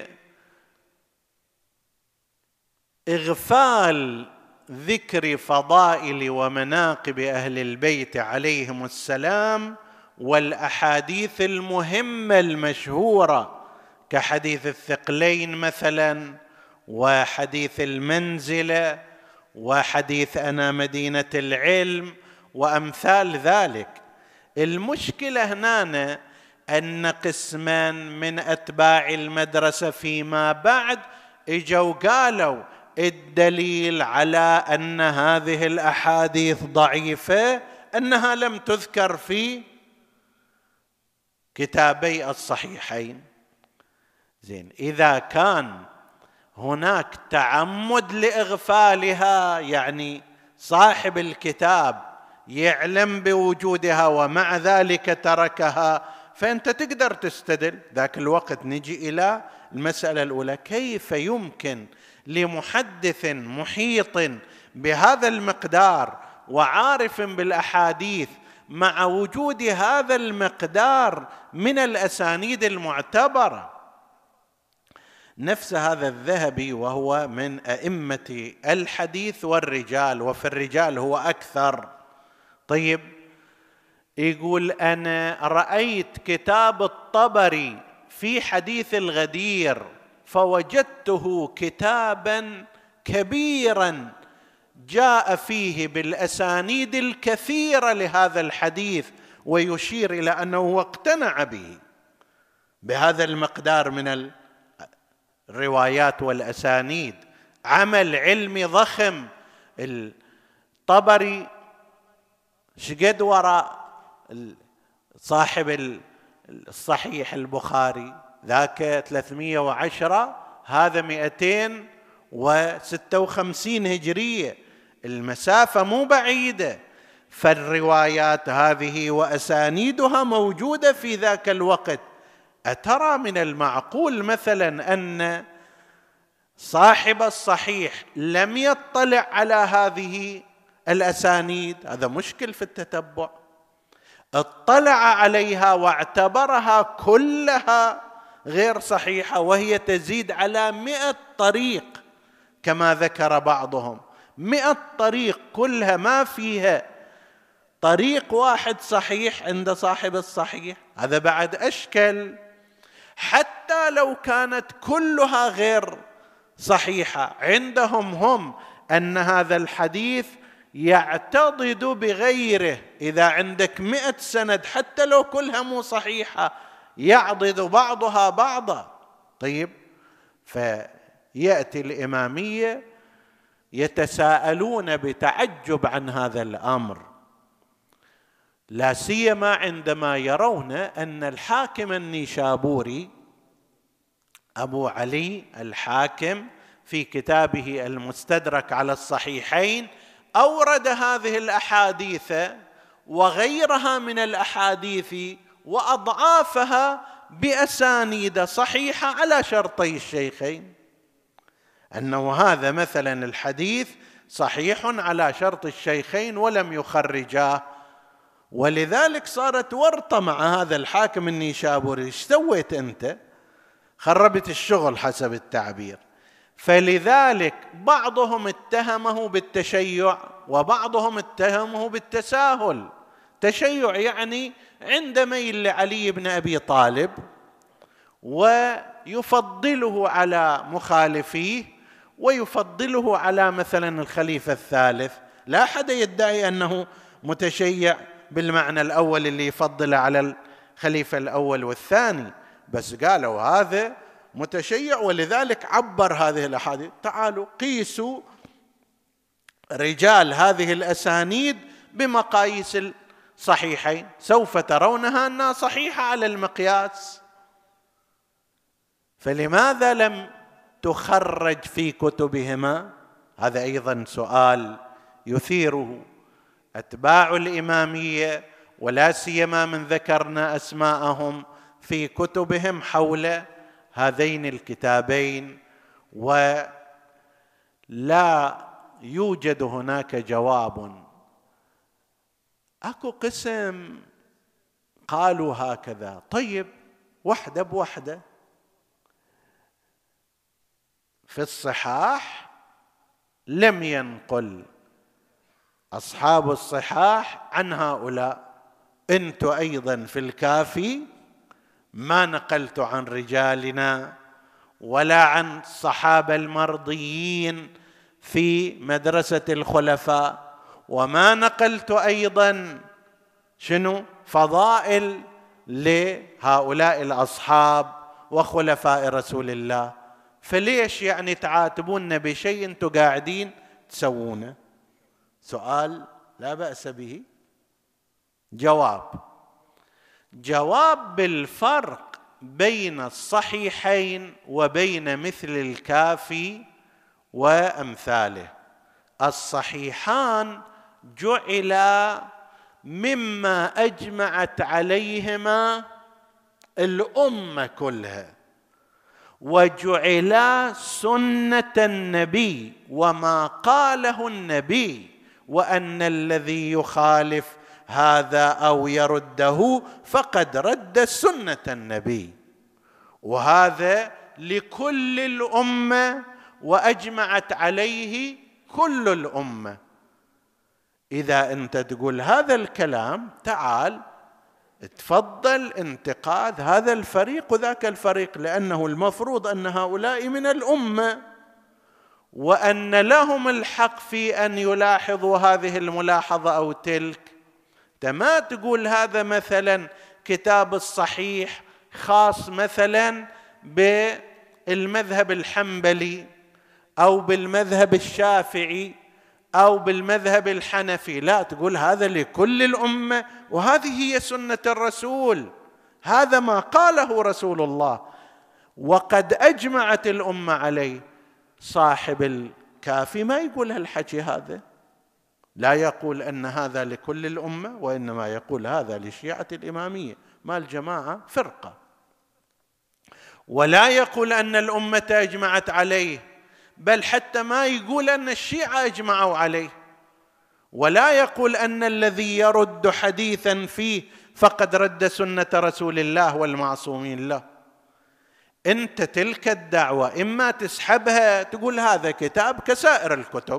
بإغفال ذكر فضائل ومناقب أهل البيت عليهم السلام والأحاديث المهمة المشهورة كحديث الثقلين مثلا، وحديث المنزلة، وحديث أنا مدينة العلم، وأمثال ذلك. المشكلة هنا أن قسمان من أتباع المدرسة فيما بعد إجوا قالوا الدليل على أن هذه الأحاديث ضعيفة أنها لم تذكر في كتابي الصحيحين. زين، إذا كان هناك تعمد لإغفالها، يعني صاحب الكتاب يعلم بوجودها ومع ذلك تركها، فأنت تقدر تستدل. ذاك الوقت نجي إلى المسألة الأولى: كيف يمكن لمحدث محيط بهذا المقدار وعارف بالأحاديث مع وجود هذا المقدار من الأسانيد المعتبرة؟ نفس هذا الذهبي وهو من أئمة الحديث والرجال، وفي الرجال هو أكثر. طيب، يقول أنا رأيت كتاب الطبري في حديث الغدير فوجدته كتابا كبيرا جاء فيه بالأسانيد الكثيرة لهذا الحديث، ويشير إلى أنه اقتنع به بهذا المقدار من الروايات والأسانيد. عمل علمي ضخم. الطبري شقد وراء صاحب الصحيح البخاري، ذاك ثلاثمئة وعشرة، هذا مئتين وستة وخمسين هجرية، المسافة مو بعيدة. فالروايات هذه وأسانيدها موجودة في ذاك الوقت. أترى من المعقول مثلا أن صاحب الصحيح لم يطلع على هذه الأسانيد؟ هذا مشكل في التتبع. اطلع عليها واعتبرها كلها غير صحيحة، وهي تزيد على مئة طريق كما ذكر بعضهم. مئة طريق كلها ما فيها طريق واحد صحيح عند صاحب الصحيح، هذا بعد أشكل. حتى لو كانت كلها غير صحيحة، عندهم هم أن هذا الحديث يعتضد بغيره. إذا عندك مئة سند حتى لو كلها مو صحيحة يعضد بعضها بعضا. طيب، فيأتي الإمامية يتساءلون بتعجب عن هذا الأمر، لا سيما عندما يرون أن الحاكم النيشابوري أبو علي الحاكم في كتابه المستدرك على الصحيحين أورد هذه الأحاديث وغيرها من الأحاديث وأضعافها بأسانيد صحيحة على شرطي الشيخين، أنه هذا مثلا الحديث صحيح على شرط الشيخين ولم يخرجاه. ولذلك صارت ورطة مع هذا الحاكم النيشابوري، ايش سويت أنت؟ خربت الشغل حسب التعبير. فلذلك بعضهم اتهمه بالتشيع وبعضهم اتهمه بالتساهل. تشيع يعني عند ميل لعلي بن أبي طالب ويفضله على مخالفيه ويفضله على مثلا الخليفة الثالث. لا أحد يدعي أنه متشيع بالمعنى الأول اللي يفضل على الخليفة الأول والثاني، بس قالوا هذا متشيع. ولذلك عبر هذه الأحاديث، تعالوا قيسوا رجال هذه الأسانيد بمقاييس الصحيحين، سوف ترونها أنها صحيحة على المقياس. فلماذا لم تخرج في كتبهما؟ هذا أيضا سؤال يثيره أتباع الإمامية، ولا سيما من ذكرنا أسماءهم في كتبهم حول هذين الكتابين، ولا يوجد هناك جواب. أكو قسم قالوا هكذا. طيب، وحدة بوحدة. في الصحاح لم ينقل أصحاب الصحاح عن هؤلاء. أنت أيضا في الكافي ما نقلت عن رجالنا ولا عن الصحابة المرضيين في مدرسة الخلفاء، وما نقلت أيضا شنو فضائل لهؤلاء الأصحاب وخلفاء رسول الله. فليش يعني تعاتبون بشيء أنتم قاعدين تسوونه؟ سؤال لا بأس به. جواب جواب بالفرق بين الصحيحين وبين مثل الكافي وأمثاله. الصحيحان جعلا مما أجمعت عليهما الأمة كلها، وجعلا سنة النبي وما قاله النبي، وأن الذي يخالف هذا أو يرده فقد رد سنة النبي، وهذا لكل الأمة وأجمعت عليه كل الأمة. إذا أنت تقول هذا الكلام، تعال تفضل انتقاد هذا الفريق وذاك الفريق، لأنه المفروض أن هؤلاء من الأمة وأن لهم الحق في أن يلاحظوا هذه الملاحظة أو تلك. ما تقول هذا مثلا كتاب الصحيح خاص مثلا بالمذهب الحنبلي أو بالمذهب الشافعي أو بالمذهب الحنفي، لا، تقول هذا لكل الأمة وهذه هي سنة الرسول، هذا ما قاله رسول الله وقد أجمعت الأمة عليه. صاحب الكافي ما يقول هالحكي هذا، لا يقول أن هذا لكل الأمة، وإنما يقول هذا لشيعة الإمامية، ما الجماعة فرقة، ولا يقول أن الأمة أجمعت عليه، بل حتى ما يقول أن الشيعة أجمعوا عليه، ولا يقول أن الذي يرد حديثا فيه فقد رد سنة رسول الله والمعصومين له. أنت تلك الدعوة إما تسحبها تقول هذا كتاب كسائر الكتب،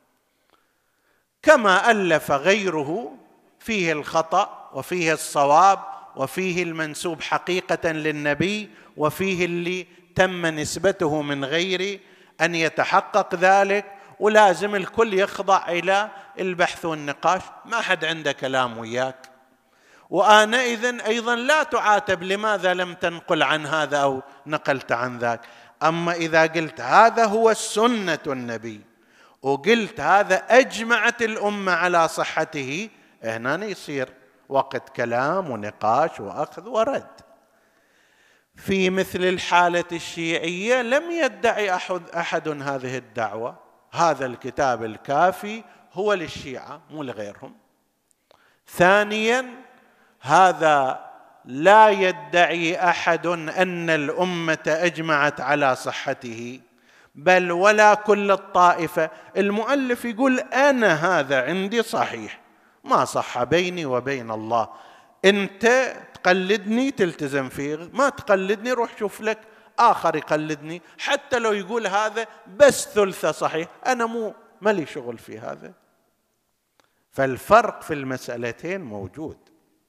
كما ألف غيره فيه الخطأ وفيه الصواب وفيه المنسوب حقيقة للنبي وفيه اللي تم نسبته من غير أن يتحقق ذلك، ولازم الكل يخضع إلى البحث والنقاش، ما حد عنده كلام وياك. وآنئذ أيضا لا تعاتب لماذا لم تنقل عن هذا أو نقلت عن ذاك. أما إذا قلت هذا هو السنة النبي وقلت هذا أجمعت الأمة على صحته، هنا يصير وقت كلام ونقاش وأخذ ورد. في مثل الحالة الشيعية لم يدعي أحد, أحد هذه الدعوة، هذا الكتاب الكافي هو للشيعة مو لغيرهم. ثانيا هذا لا يدعي أحد أن الأمة أجمعت على صحته، بل ولا كل الطائفة. المؤلف يقول أنا هذا عندي صحيح، ما صح بيني وبين الله، أنت تقلدني تلتزم فيه، ما تقلدني روح شوف لك آخر يقلدني، حتى لو يقول هذا بس ثلثة صحيح، أنا مو مالي شغل في هذا. فالفرق في المسألتين موجود.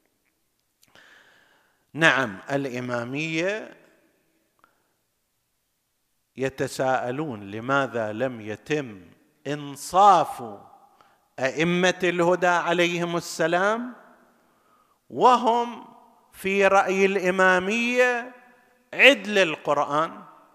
نعم الإمامية يتساءلون لماذا لم يتم إنصاف أئمة الهدى عليهم السلام، وهم في رأي الإمامية عدل القرآن،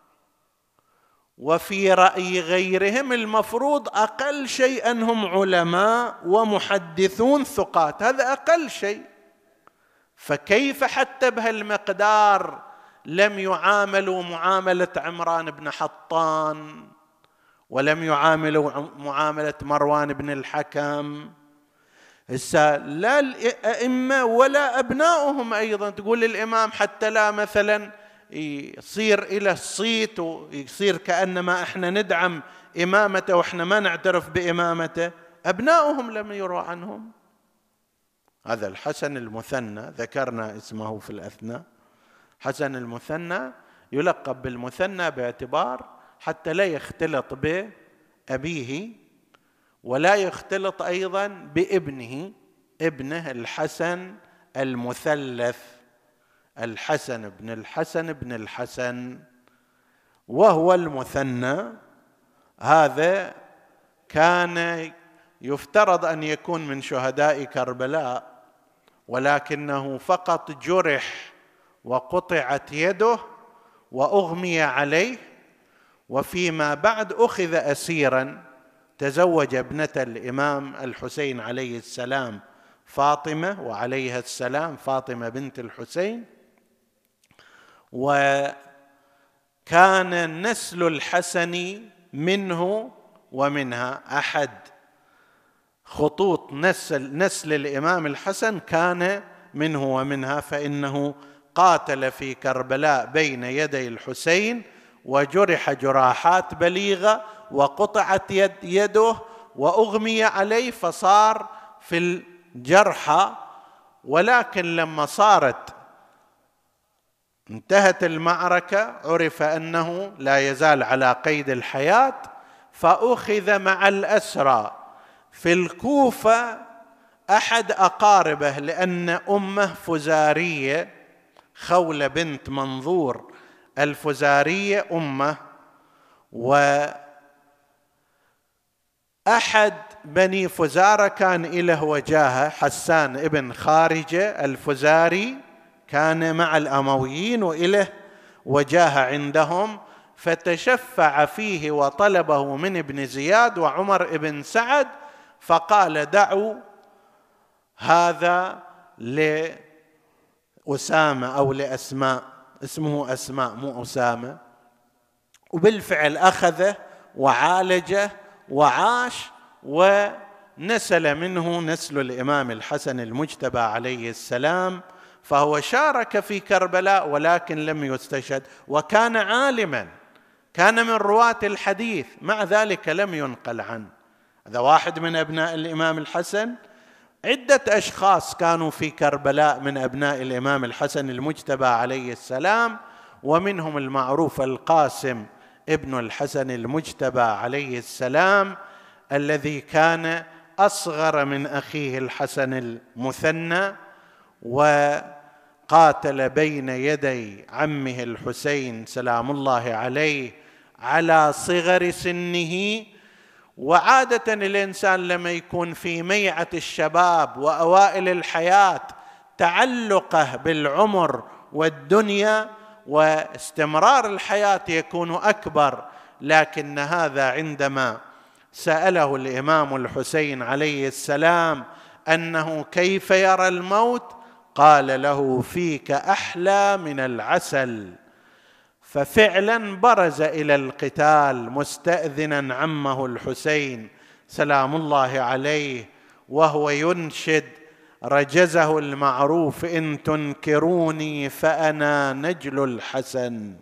وفي رأي غيرهم المفروض أقل شيء أنهم علماء ومحدثون ثقات، هذا أقل شيء. فكيف حتى بهالمقدار لم يعاملوا معاملة عمران بن حطان ولم يعاملوا معاملة مروان بن الحكم؟ هسه لا الأئمة ولا أبنائهم أيضا تقول الإمام حتى لا مثلا يصير إلى الصيت ويصير كأنما إحنا ندعم إمامته وإحنا ما نعترف بإمامته، أبنائهم لم يروا عنهم. هذا الحسن المثنى ذكرنا اسمه في الأثناء، حسن المثنى يلقب بالمثنى باعتبار حتى لا يختلط بأبيه ولا يختلط أيضا بابنه، ابنه الحسن المثلث، الحسن بن الحسن بن الحسن، وهو المثنى. هذا كان يفترض أن يكون من شهداء كربلاء، ولكنه فقط جرح وقطعت يده وأغمي عليه، وفيما بعد أخذ أسيرا، تزوج ابنة الإمام الحسين عليه السلام فاطمة وعليها السلام، فاطمة بنت الحسين، وكان النسل الحسني منه ومنها. أحد خطوط نسل, نسل الإمام الحسن كان منه ومنها، فإنه قاتل في كربلاء بين يدي الحسين وجرح جراحات بليغة وقطعت يد يده وأغمي عليه فصار في الجرحى. ولكن لما صارت انتهت المعركة عرف أنه لا يزال على قيد الحياة، فأخذ مع الأسرى في الكوفة أحد أقاربه، لأن أمه فزارية، خولة بنت منظور الفزارية أمه، وأحد بني فزارة كان إله وجاهة، حسان ابن خارجة الفزاري كان مع الأمويين وإله وجاهة عندهم، فتشفع فيه وطلبه من ابن زياد وعمر ابن سعد، فقال دعوا هذا لأسامة أو لأسماء، اسمه أسماء مو أسامة. وبالفعل أخذه وعالجه وعاش، ونسل منه نسل الإمام الحسن المجتبى عليه السلام، فهو شارك في كربلاء ولكن لم يستشهد، وكان عالما، كان من رواة الحديث، مع ذلك لم ينقل عنه. هذا واحد من أبناء الإمام الحسن. عدة أشخاص كانوا في كربلاء من أبناء الإمام الحسن المجتبى عليه السلام، ومنهم المعروف القاسم ابن الحسن المجتبى عليه السلام، الذي كان أصغر من أخيه الحسن المثنى، وقاتل بين يدي عمه الحسين سلام الله عليه على صغر سنه. وعادة الإنسان لما يكون في ميعة الشباب وأوائل الحياة تعلقه بالعمر والدنيا واستمرار الحياة يكون أكبر، لكن هذا عندما سأله الإمام الحسين عليه السلام أنه كيف يرى الموت، قال له فيك أحلى من العسل. ففعلا برز إلى القتال مستأذنا عمه الحسين سلام الله عليه، وهو ينشد رجزه المعروف: إن تنكروني فأنا نجل الحسن،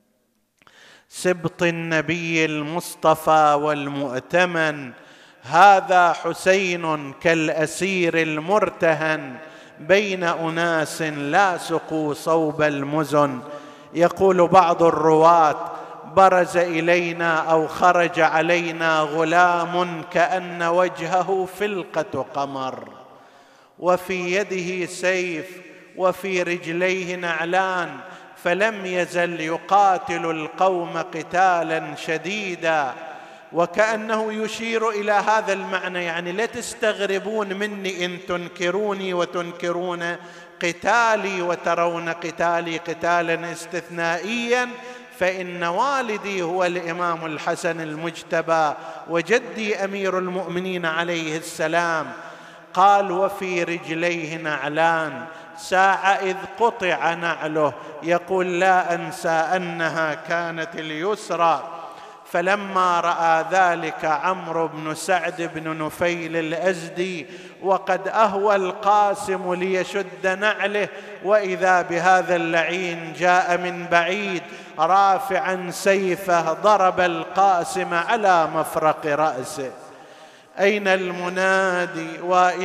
سبط النبي المصطفى والمؤتمن، هذا حسين كالأسير المرتهن، بين أناس لاصقوا صوب المزن. يقول بعض الرواة: برز إلينا أو خرج علينا غلام كأن وجهه فلقة قمر، وفي يده سيف وفي رجليه نعلان، فلم يزل يقاتل القوم قتالا شديدا. وكأنه يشير إلى هذا المعنى، يعني لا تستغربون مني إن تنكروني وتنكرون قتالي وترون قتالي قتالا استثنائيا، فإن والدي هو الإمام الحسن المجتبى وجدي أمير المؤمنين عليه السلام. قال: وفي رجليه نعلان، ساعة إذ قطع نعله يقول: لا أنسى أنها كانت اليسرى. فلما رأى ذلك عمرو بن سعد بن نفيل الأزدي وقد أهوى القاسم ليشد نعله، وإذا بهذا اللعين جاء من بعيد رافعا سيفه ضرب القاسم على مفرق رأسه. أين المنادي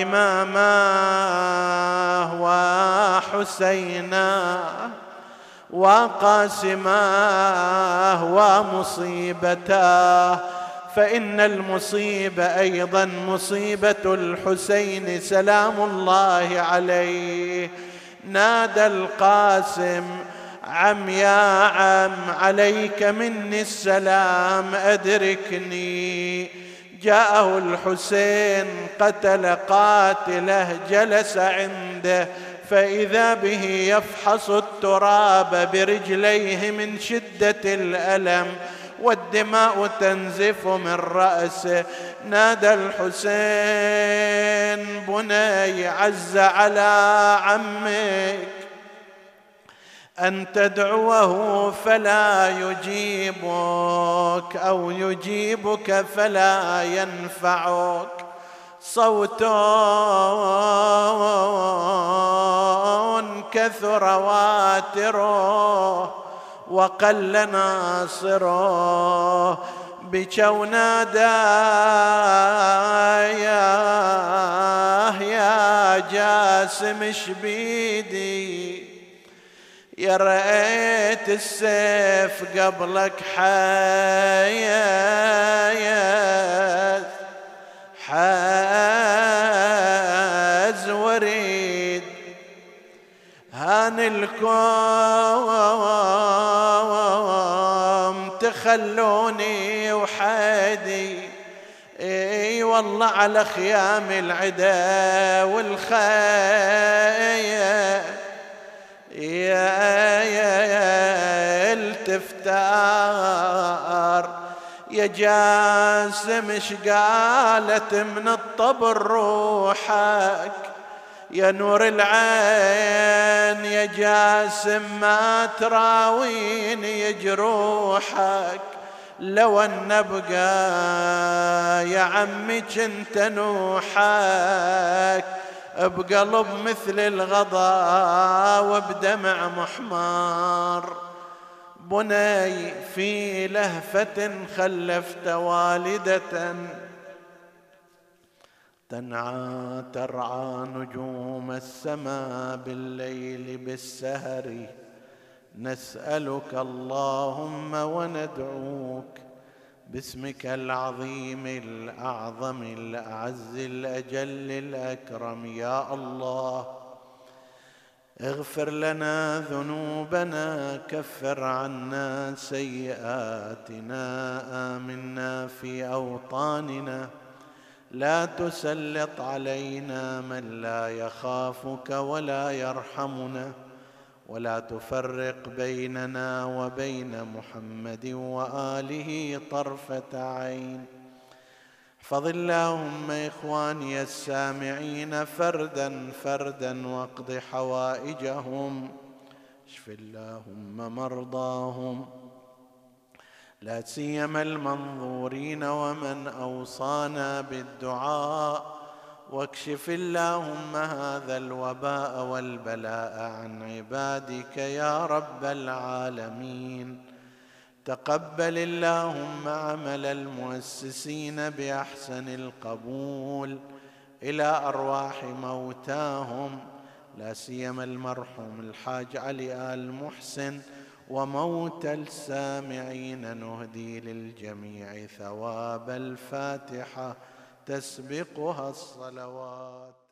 وإماماه وحسيناه وقاسماه ومصيبتاه، فإن المصيبة أيضا مصيبة الحسين سلام الله عليه. نادى القاسم: عم يا عم عليك مني السلام أدركني. جاءه الحسين قتل قاتله، جلس عنده فإذا به يفحص التراب برجليه من شدة الألم والدماء تنزف من رأسه. نادى الحسين: بني عز على عمك أن تدعوه فلا يجيبك، أو يجيبك فلا ينفعك. صوت كثر واتره وقل ناصره، بكوا ناداه يا جاسم شبيدي، يا رأيت السيف قبلك حياة حاز وريد، هان الكوم تخلوني وحدي، اي والله على خيام العدا والخيل يا يا التفتار. يا جاسم اش قالت من الطبر روحك، يا نور العين يا جاسم ما تراويني جروحك. لو ان ابقى يا عمي كنت نوحك، بقلب مثل الغضا وبدمع محمار. بني في لهفة خلفت والدة، تنعى ترعى نجوم السماء بالليل بالسهر، نسألك اللهم وندعوك باسمك العظيم الأعظم الأعز الأجل الأكرم يا الله، اغفر لنا ذنوبنا، كفر عنا سيئاتنا، آمنا في أوطاننا، لا تسلط علينا من لا يخافك ولا يرحمنا، ولا تفرق بيننا وبين محمد وآله طرفة عين. احفظ اللهم إخواني السامعين فردا فردا واقض حوائجهم، اشف اللهم مرضاهم، لا سيما المنظورين ومن أوصانا بالدعاء، واكشف اللهم هذا الوباء والبلاء عن عبادك يا رب العالمين. تقبل اللهم عمل المؤسسين بأحسن القبول إلى أرواح موتاهم، لا سيما المرحوم الحاج علي آل محسن، وموتى السامعين. نهدي للجميع ثواب الفاتحة تسبقها الصلوات.